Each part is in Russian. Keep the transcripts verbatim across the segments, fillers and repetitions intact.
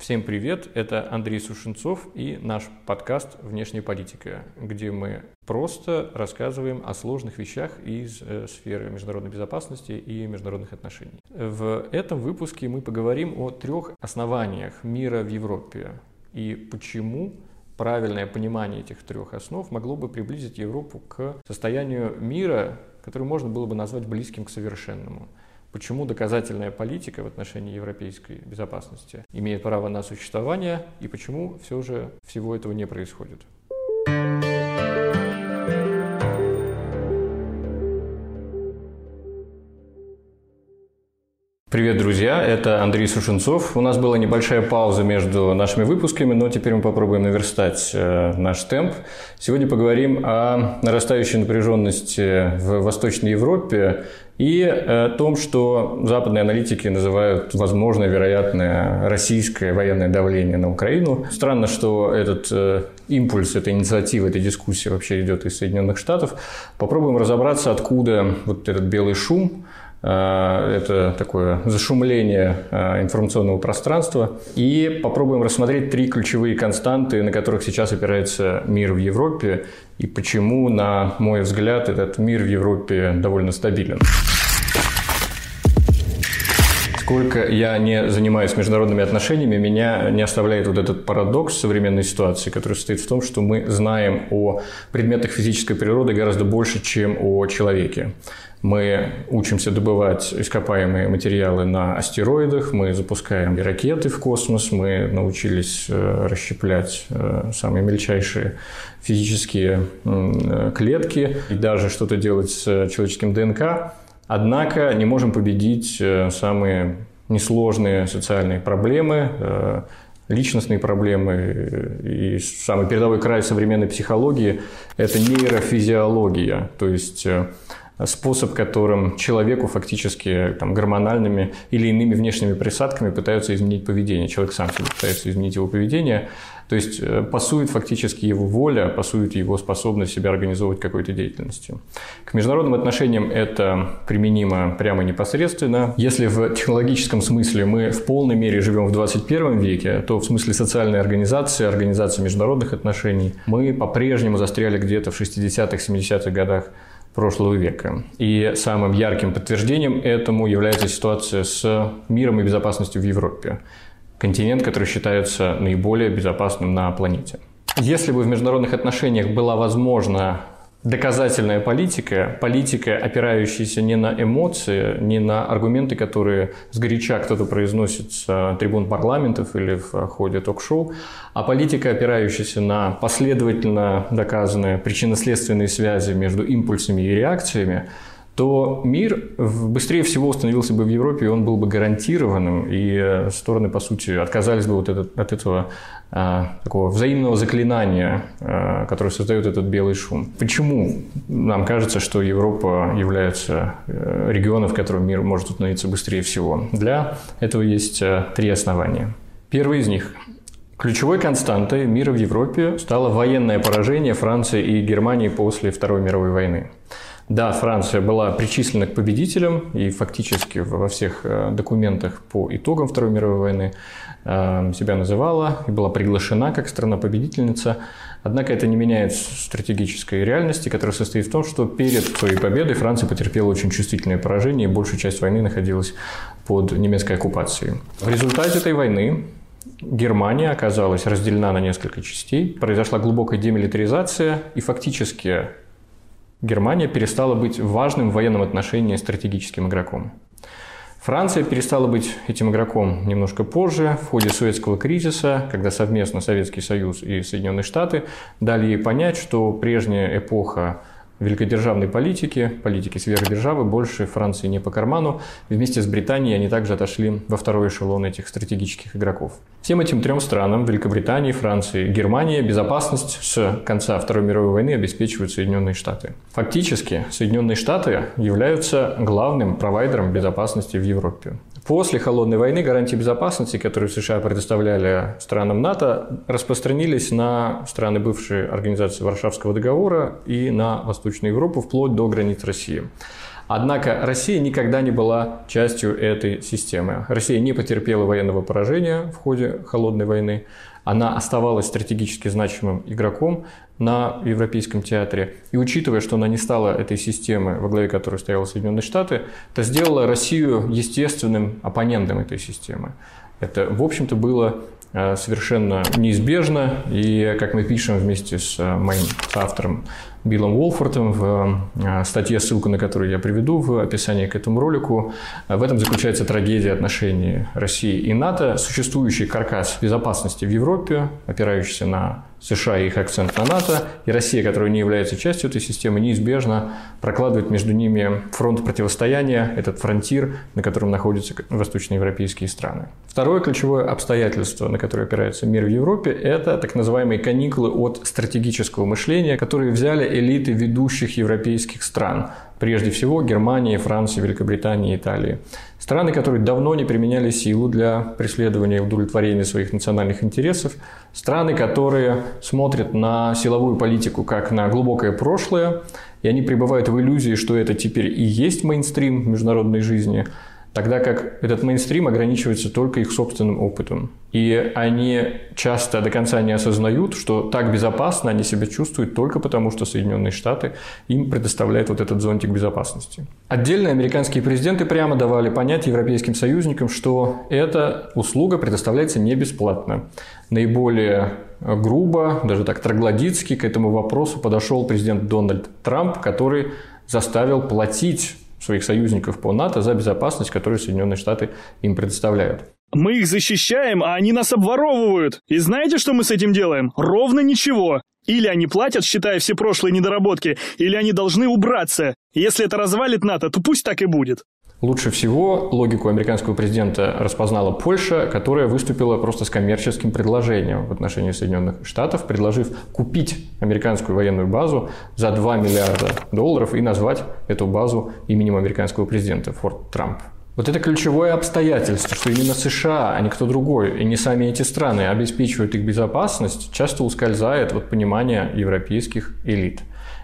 Всем привет, это Андрей Сушенцов и наш подкаст «Внешняя политика», где мы просто рассказываем о сложных вещах из э, сферы международной безопасности и международных отношений. В этом выпуске мы поговорим о трех основаниях мира в Европе и почему правильное понимание этих трех основ могло бы приблизить Европу к состоянию мира, который можно было бы назвать близким к совершенному. Почему доказательная политика в отношении европейской безопасности имеет право на существование и почему все же всего этого не происходит. Привет, друзья, это Андрей Сушенцов. У нас была небольшая пауза между нашими выпусками, но теперь мы попробуем наверстать э, наш темп. Сегодня поговорим о нарастающей напряженности в Восточной Европе и о том, что западные аналитики называют возможное, вероятное российское военное давление на Украину. Странно, что этот э, импульс, эта инициатива, эта дискуссия вообще идет из Соединенных Штатов. Попробуем разобраться, откуда вот этот белый шум. Это такое зашумление информационного пространства. И попробуем рассмотреть три ключевые константы, на которых сейчас опирается мир в Европе, и почему, на мой взгляд, этот мир в Европе довольно стабилен. Сколько я не занимаюсь международными отношениями, меня не оставляет вот этот парадокс современной ситуации, который состоит в том, что мы знаем о предметах физической природы гораздо больше, чем о человеке. Мы учимся добывать ископаемые материалы на астероидах, мы запускаем ракеты в космос, мы научились расщеплять самые мельчайшие физические клетки и даже что-то делать с человеческим ДНК. Однако не можем победить самые несложные социальные проблемы, личностные проблемы. И самый передовой край современной психологии – это нейрофизиология, то есть способ, которым человеку фактически там, гормональными или иными внешними присадками пытаются изменить поведение. Человек сам себе пытается изменить его поведение. То есть пасует фактически его воля, пасует его способность себя организовывать какой-то деятельностью. К международным отношениям это применимо прямо непосредственно. Если в технологическом смысле мы в полной мере живем в двадцать первом веке, то в смысле социальной организации, организации международных отношений мы по-прежнему застряли где-то в шестидесятых-семидесятых годах прошлого века. И самым ярким подтверждением этому является ситуация с миром и безопасностью в Европе. Континент, который считается наиболее безопасным на планете. Если бы в международных отношениях была возможна доказательная политика, политика, опирающаяся не на эмоции, не на аргументы, которые сгоряча кто-то произносит с трибун парламентов или в ходе ток-шоу, а политика, опирающаяся на последовательно доказанные причинно-следственные связи между импульсами и реакциями, то мир быстрее всего установился бы в Европе, и он был бы гарантированным, и стороны, по сути, отказались бы вот этот, от этого а, такого взаимного заклинания, а, которое создает этот белый шум. Почему нам кажется, что Европа является регионом, в котором мир может установиться быстрее всего? Для этого есть три основания. Первый из них. Ключевой константой мира в Европе стало военное поражение Франции и Германии после Второй мировой войны. Да, Франция была причислена к победителям и фактически во всех документах по итогам Второй мировой войны себя называла и была приглашена как страна-победительница. Однако это не меняет стратегической реальности, которая состоит в том, что перед своей победой Франция потерпела очень чувствительное поражение, и большую часть войны находилась под немецкой оккупацией. В результате этой войны Германия оказалась разделена на несколько частей, произошла глубокая демилитаризация, и фактически Германия перестала быть важным в военном отношении стратегическим игроком. Франция перестала быть этим игроком немножко позже, в ходе советского кризиса, когда совместно Советский Союз и Соединенные Штаты дали ей понять, что прежняя эпоха великодержавной политики, политики сверхдержавы, больше Франции не по карману. Вместе с Британией они также отошли во второй эшелон этих стратегических игроков. Всем этим трем странам, Великобритании, Франции, Германии, безопасность с конца Второй мировой войны обеспечивают Соединенные Штаты. Фактически, Соединенные Штаты являются главным провайдером безопасности в Европе. После Холодной войны гарантии безопасности, которые США предоставляли странам НАТО, распространились на страны бывшей организации Варшавского договора и на Восточную Европу вплоть до границ России. Однако Россия никогда не была частью этой системы. Россия не потерпела военного поражения в ходе Холодной войны. Она оставалась стратегически значимым игроком на европейском театре. И учитывая, что она не стала этой системой, во главе которой стояли Соединенные Штаты, это сделало Россию естественным оппонентом этой системы. Это, в общем-то, было совершенно неизбежно. И, как мы пишем вместе с моим автором Биллом Уолфортом в статье, ссылку на которую я приведу в описании к этому ролику, в этом заключается трагедия отношений России и НАТО. Существующий каркас безопасности в Европе, опирающийся на США и их акцент на НАТО, и Россия, которая не является частью этой системы, неизбежно прокладывает между ними фронт противостояния, этот фронтир, на котором находятся восточноевропейские страны. Второе ключевое обстоятельство, на которое опирается мир в Европе, это так называемые каникулы от стратегического мышления, которые взяли элиты ведущих европейских стран, прежде всего Германии, Франции, Великобритании, Италии. Страны, которые давно не применяли силу для преследования и удовлетворения своих национальных интересов. Страны, которые смотрят на силовую политику как на глубокое прошлое, и они пребывают в иллюзии, что это теперь и есть мейнстрим в международной жизни, тогда как этот мейнстрим ограничивается только их собственным опытом. И они часто до конца не осознают, что так безопасно они себя чувствуют только потому, что Соединенные Штаты им предоставляют вот этот зонтик безопасности. Отдельно американские президенты прямо давали понять европейским союзникам, что эта услуга предоставляется не бесплатно. Наиболее грубо, даже так троглодитски к этому вопросу подошел президент Дональд Трамп, который заставил платить своих союзников по НАТО за безопасность, которую Соединенные Штаты им предоставляют. Мы их защищаем, а они нас обворовывают. И знаете, что мы с этим делаем? Ровно ничего. Или они платят, считая все прошлые недоработки, или они должны убраться. И если это развалит НАТО, то пусть так и будет. Лучше всего логику американского президента распознала Польша, которая выступила просто с коммерческим предложением в отношении Соединенных Штатов, предложив купить американскую военную базу за два миллиарда долларов и назвать эту базу именем американского президента Форт Трамп. Вот это ключевое обстоятельство, что именно США, а не кто другой, и не сами эти страны обеспечивают их безопасность, часто ускользает от понимания европейских элит.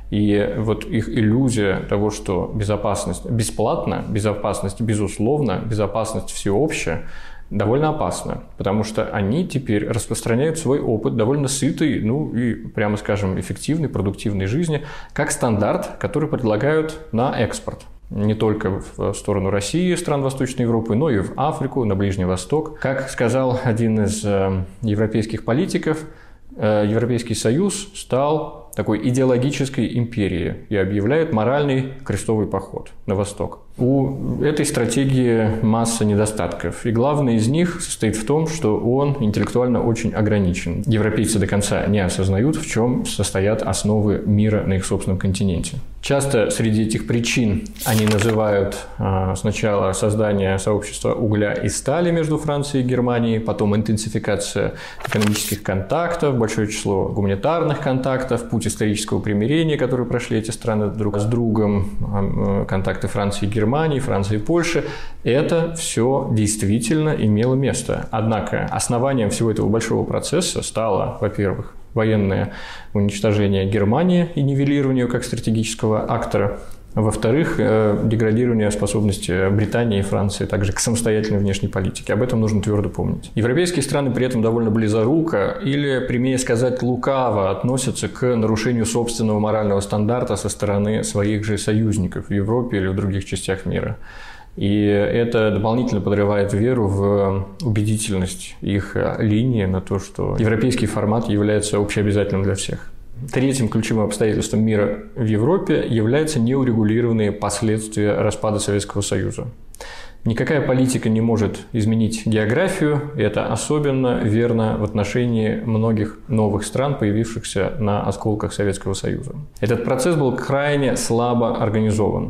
И вот их иллюзия того, что безопасность бесплатна, безопасность безусловно, безопасность всеобщая, довольно опасна, потому что они теперь распространяют свой опыт довольно сытой, ну и, прямо скажем, эффективной, продуктивной жизни, как стандарт, который предлагают на экспорт. Не только в сторону России и стран Восточной Европы, но и в Африку, на Ближний Восток. Как сказал один из европейских политиков, Европейский Союз стал такой идеологической империей и объявляет моральный крестовый поход на восток. У этой стратегии масса недостатков, и главный из них состоит в том, что он интеллектуально очень ограничен. Европейцы до конца не осознают, в чем состоят основы мира на их собственном континенте. Часто среди этих причин они называют а, сначала создание сообщества угля и стали между Францией и Германией, потом интенсификация экономических контактов, большое число гуманитарных контактов, путь исторического примирения, который прошли эти страны друг с другом, контакты Франции и Германии, Франции и Польши. Это все действительно имело место. Однако основанием всего этого большого процесса стало, во-первых, военное уничтожение Германии и нивелирование ее как стратегического актора. Во-вторых, деградирование способности Британии и Франции также к самостоятельной внешней политике. Об этом нужно твердо помнить. Европейские страны при этом довольно близоруко или, прямее сказать, лукаво относятся к нарушению собственного морального стандарта со стороны своих же союзников в Европе или в других частях мира. И это дополнительно подрывает веру в убедительность их линии на то, что европейский формат является общеобязательным для всех. Третьим ключевым обстоятельством мира в Европе являются неурегулированные последствия распада Советского Союза. Никакая политика не может изменить географию, и это особенно верно в отношении многих новых стран, появившихся на осколках Советского Союза. Этот процесс был крайне слабо организован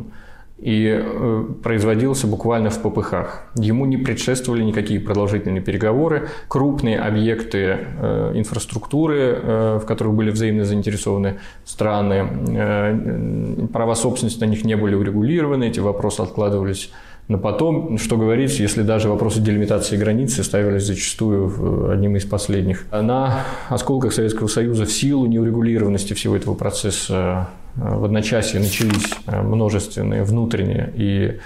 и производился буквально в попыхах. Ему не предшествовали никакие продолжительные переговоры, крупные объекты э, инфраструктуры, э, в которых были взаимно заинтересованы страны, э, права собственности на них не были урегулированы, эти вопросы откладывались Но потом, что говорить, если даже вопросы делимитации границы ставились зачастую одним из последних. На осколках Советского Союза в силу неурегулированности всего этого процесса в одночасье начались множественные внутренние и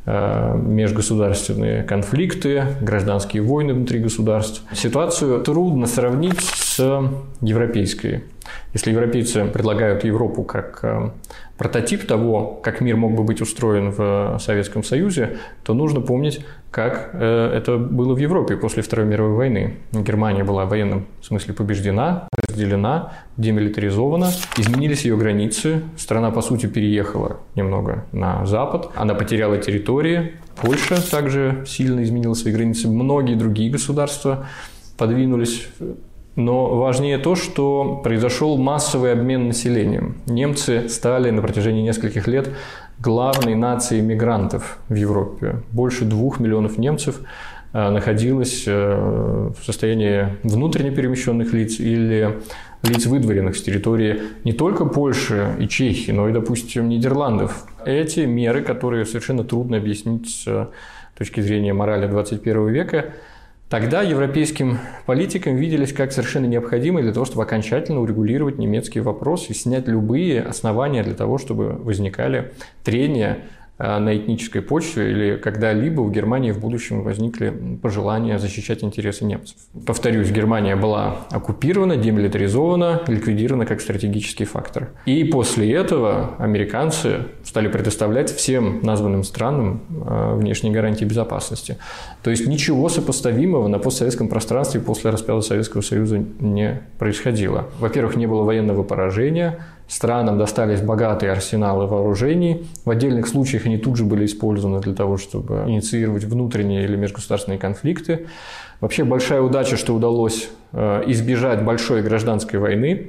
межгосударственные конфликты, гражданские войны внутри государств. Ситуацию трудно сравнить с европейской. Если европейцы предлагают Европу как прототип того, как мир мог бы быть устроен в Советском Союзе, то нужно помнить, как это было в Европе после Второй мировой войны. Германия была в военном смысле побеждена, разделена, демилитаризована, изменились ее границы, страна, по сути, переехала немного на запад, она потеряла территории, Польша также сильно изменила свои границы, многие другие государства подвинулись. Но важнее то, что произошел массовый обмен населением. Немцы стали на протяжении нескольких лет главной нацией мигрантов в Европе. Больше двух миллионов немцев находилось в состоянии внутренне перемещенных лиц или лиц, выдворенных с территории не только Польши и Чехии, но и, допустим, Нидерландов. Эти меры, которые совершенно трудно объяснить с точки зрения морали двадцать первого века, тогда европейским политикам виделись как совершенно необходимые для того, чтобы окончательно урегулировать немецкий вопрос и снять любые основания для того, чтобы возникали трения на этнической почве или когда-либо в Германии в будущем возникли пожелания защищать интересы немцев. Повторюсь, Германия была оккупирована, демилитаризована, ликвидирована как стратегический фактор. И после этого американцы стали предоставлять всем названным странам внешние гарантии безопасности. То есть ничего сопоставимого на постсоветском пространстве после распада Советского Союза не происходило. Во-первых, не было военного поражения, странам достались богатые арсеналы вооружений. В отдельных случаях они тут же были использованы для того, чтобы инициировать внутренние или межгосударственные конфликты. Вообще большая удача, что удалось избежать большой гражданской войны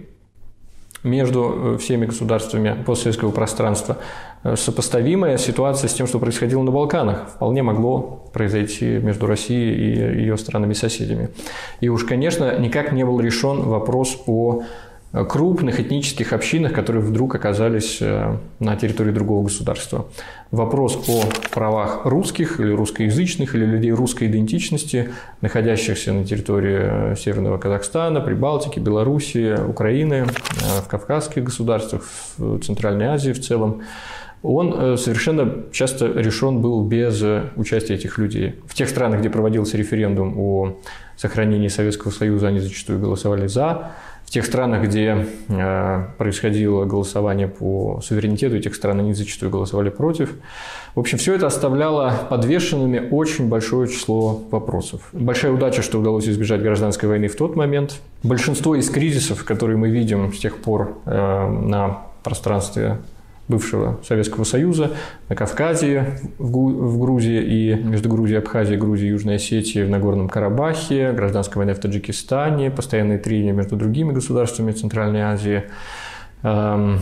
между всеми государствами постсоветского пространства. Сопоставимая ситуация с тем, что происходило на Балканах, вполне могло произойти между Россией и ее странами-соседями. И уж, конечно, никак не был решен вопрос о крупных этнических общинах, которые вдруг оказались на территории другого государства. Вопрос о правах русских или русскоязычных, или людей русской идентичности, находящихся на территории Северного Казахстана, Прибалтики, Белоруссии, Украины, в Кавказских государствах, в Центральной Азии в целом, он совершенно часто решен был без участия этих людей. В тех странах, где проводился референдум о сохранении Советского Союза, они зачастую голосовали «за». В тех странах, где э, происходило голосование по суверенитету этих стран, они зачастую голосовали против. В общем, все это оставляло подвешенными очень большое число вопросов. Большая удача, что удалось избежать гражданской войны в тот момент. Большинство из кризисов, которые мы видим с тех пор э, на пространстве бывшего Советского Союза, на Кавказе, в Грузии и между Грузией, Абхазией, Грузией, Южной Осетией, в Нагорном Карабахе, гражданская война в Таджикистане, постоянные трения между другими государствами Центральной Азии, эм,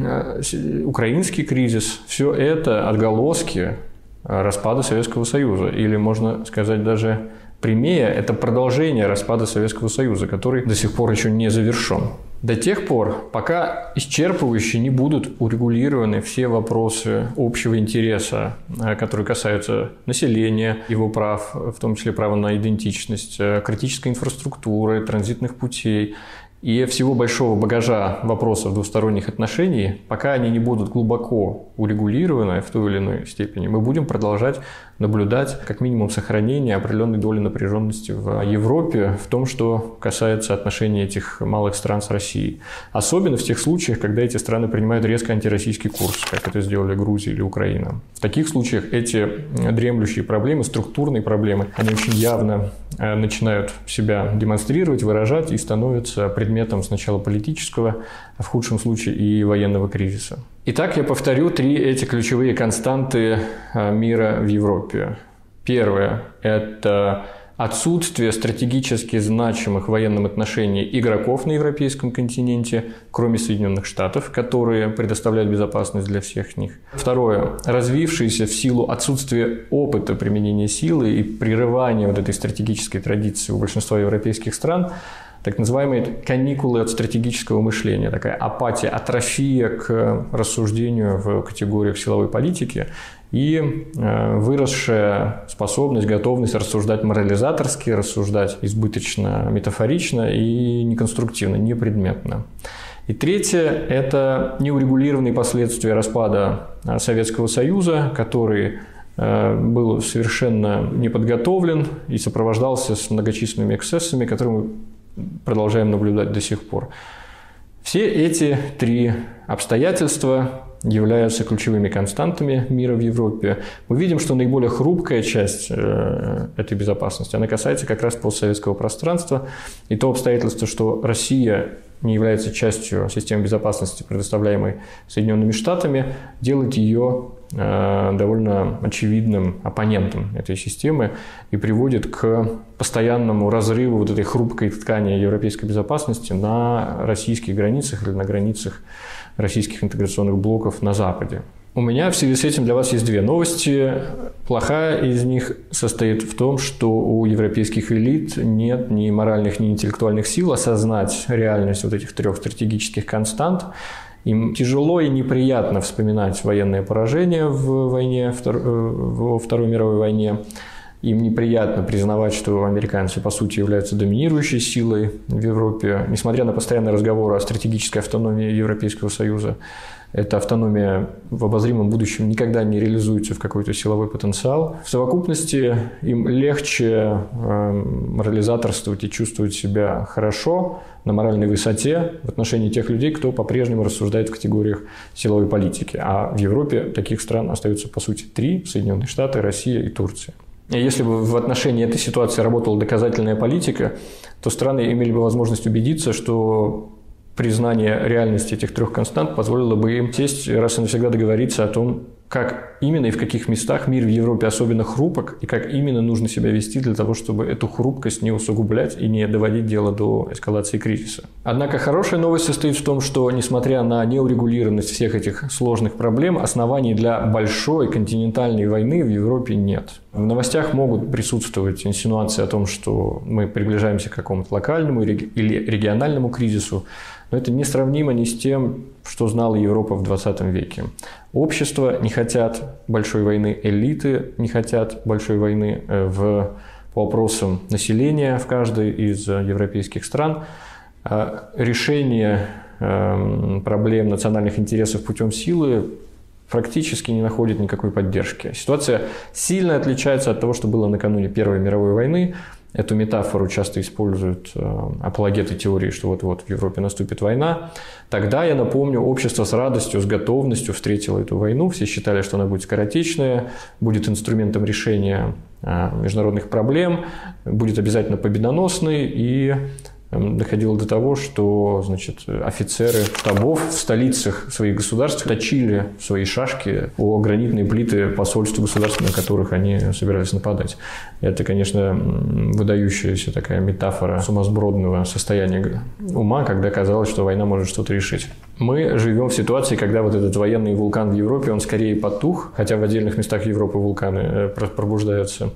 украинский кризис – все это отголоски распада Советского Союза, или, можно сказать, даже прямее, это продолжение распада Советского Союза, который до сих пор еще не завершен. До тех пор, пока исчерпывающе не будут урегулированы все вопросы общего интереса, которые касаются населения, его прав, в том числе права на идентичность, критической инфраструктуры, транзитных путей и всего большого багажа вопросов двусторонних отношений, пока они не будут глубоко урегулированы в той или иной степени, мы будем продолжать наблюдать как минимум сохранение определенной доли напряженности в Европе в том, что касается отношений этих малых стран с Россией. Особенно в тех случаях, когда эти страны принимают резко антироссийский курс, как это сделали Грузия или Украина. В таких случаях эти дремлющие проблемы, структурные проблемы, они очень явно начинают себя демонстрировать, выражать и становятся предметом сначала политического, а в худшем случае и военного кризиса. Итак, я повторю три эти ключевые константы мира в Европе. Первое – это отсутствие стратегически значимых в военном отношении игроков на европейском континенте, кроме Соединенных Штатов, которые предоставляют безопасность для всех них. Второе – развившиеся в силу отсутствия опыта применения силы и прерывания вот этой стратегической традиции у большинства европейских стран так называемые каникулы от стратегического мышления, такая апатия, атрофия к рассуждению в категориях силовой политики и выросшая способность, готовность рассуждать морализаторски, рассуждать избыточно метафорично и неконструктивно, непредметно. И третье – это неурегулированные последствия распада Советского Союза, который был совершенно не подготовлен и сопровождался с многочисленными эксцессами, которые мы продолжаем наблюдать до сих пор. Все эти три обстоятельства являются ключевыми константами мира в Европе. Мы видим, что наиболее хрупкая часть этой безопасности, она касается как раз постсоветского пространства. И то обстоятельство, что Россия не является частью системы безопасности, предоставляемой Соединенными Штатами, делает ее довольно очевидным оппонентом этой системы и приводит к постоянному разрыву вот этой хрупкой ткани европейской безопасности на российских границах или на границах российских интеграционных блоков на Западе. У меня в связи с этим для вас есть две новости. Плохая из них состоит в том, что у европейских элит нет ни моральных, ни интеллектуальных сил осознать реальность вот этих трех стратегических констант. Им тяжело и неприятно вспоминать военное поражение в войне, во Второй мировой войне. Им неприятно признавать, что американцы, по сути, являются доминирующей силой в Европе. Несмотря на постоянные разговоры о стратегической автономии Европейского Союза, эта автономия в обозримом будущем никогда не реализуется в какой-то силовой потенциал. В совокупности им легче э, морализаторствовать и чувствовать себя хорошо на моральной высоте в отношении тех людей, кто по-прежнему рассуждает в категориях силовой политики. А в Европе таких стран остается, по сути, три – Соединенные Штаты, Россия и Турция. И если бы в отношении этой ситуации работала доказательная политика, то страны имели бы возможность убедиться, что признание реальности этих трех констант позволило бы им сесть раз и навсегда договориться о том, как именно и в каких местах мир в Европе особенно хрупок, и как именно нужно себя вести для того, чтобы эту хрупкость не усугублять и не доводить дело до эскалации кризиса. Однако хорошая новость состоит в том, что, несмотря на неурегулированность всех этих сложных проблем, оснований для большой континентальной войны в Европе нет. В новостях могут присутствовать инсинуации о том, что мы приближаемся к какому-то локальному или региональному кризису, но это несравнимо ни с тем, что знала Европа в двадцатом веке. Общества не хотят большой войны, элиты не хотят большой войны в, по вопросам населения в каждой из европейских стран. Решение проблем национальных интересов путем силы практически не находит никакой поддержки. Ситуация сильно отличается от того, что было накануне Первой мировой войны. Эту метафору часто используют апологеты теории, что вот-вот в Европе наступит война. Тогда, я напомню, общество с радостью, с готовностью встретило эту войну. Все считали, что она будет скоротечная, будет инструментом решения международных проблем, будет обязательно победоносной и доходило до того, что, значит, офицеры штабов в столицах своих государств точили свои шашки о гранитные плиты посольств государств, на которых они собирались нападать. Это, конечно, выдающаяся такая метафора сумасбродного состояния ума, когда казалось, что война может что-то решить. Мы живем в ситуации, когда вот этот военный вулкан в Европе, он скорее потух, хотя в отдельных местах Европы вулканы пробуждаются.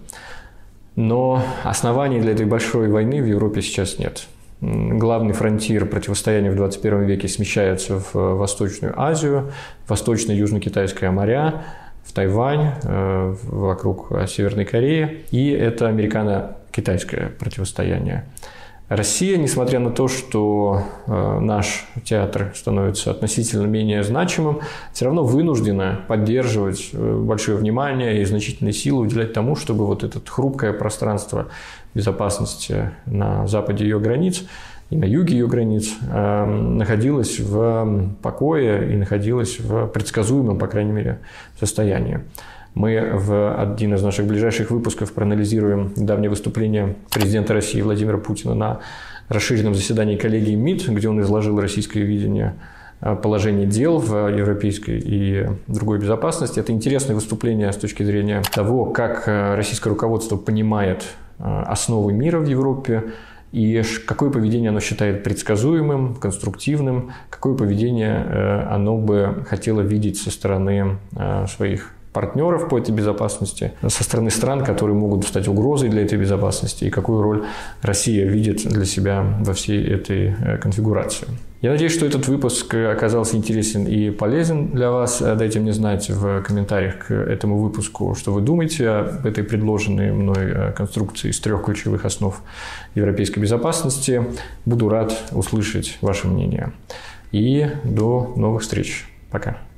Но оснований для этой большой войны в Европе сейчас нет. Главный фронтир противостояния в двадцать первом веке смещается в Восточную Азию, в Восточно-Южно-Китайское моря, в Тайвань, вокруг Северной Кореи. И это американо-китайское противостояние. Россия, несмотря на то, что наш театр становится относительно менее значимым, все равно вынуждена поддерживать большое внимание и значительные силы уделять тому, чтобы вот это хрупкое пространство безопасности на западе ее границ и на юге ее границ находилось в покое и находилось в предсказуемом, по крайней мере, состоянии. Мы в один из наших ближайших выпусков проанализируем недавнее выступление президента России Владимира Путина на расширенном заседании коллегии МИД, где он изложил российское видение положения дел в европейской и другой безопасности. Это интересное выступление с точки зрения того, как российское руководство понимает основы мира в Европе и какое поведение оно считает предсказуемым, конструктивным, какое поведение оно бы хотело видеть со стороны своих партнеров по этой безопасности, со стороны стран, которые могут стать угрозой для этой безопасности, и какую роль Россия видит для себя во всей этой конфигурации. Я надеюсь, что этот выпуск оказался интересен и полезен для вас. Дайте мне знать в комментариях к этому выпуску, что вы думаете об этой предложенной мной конструкции из трех ключевых основ европейской безопасности. Буду рад услышать ваше мнение. И до новых встреч. Пока.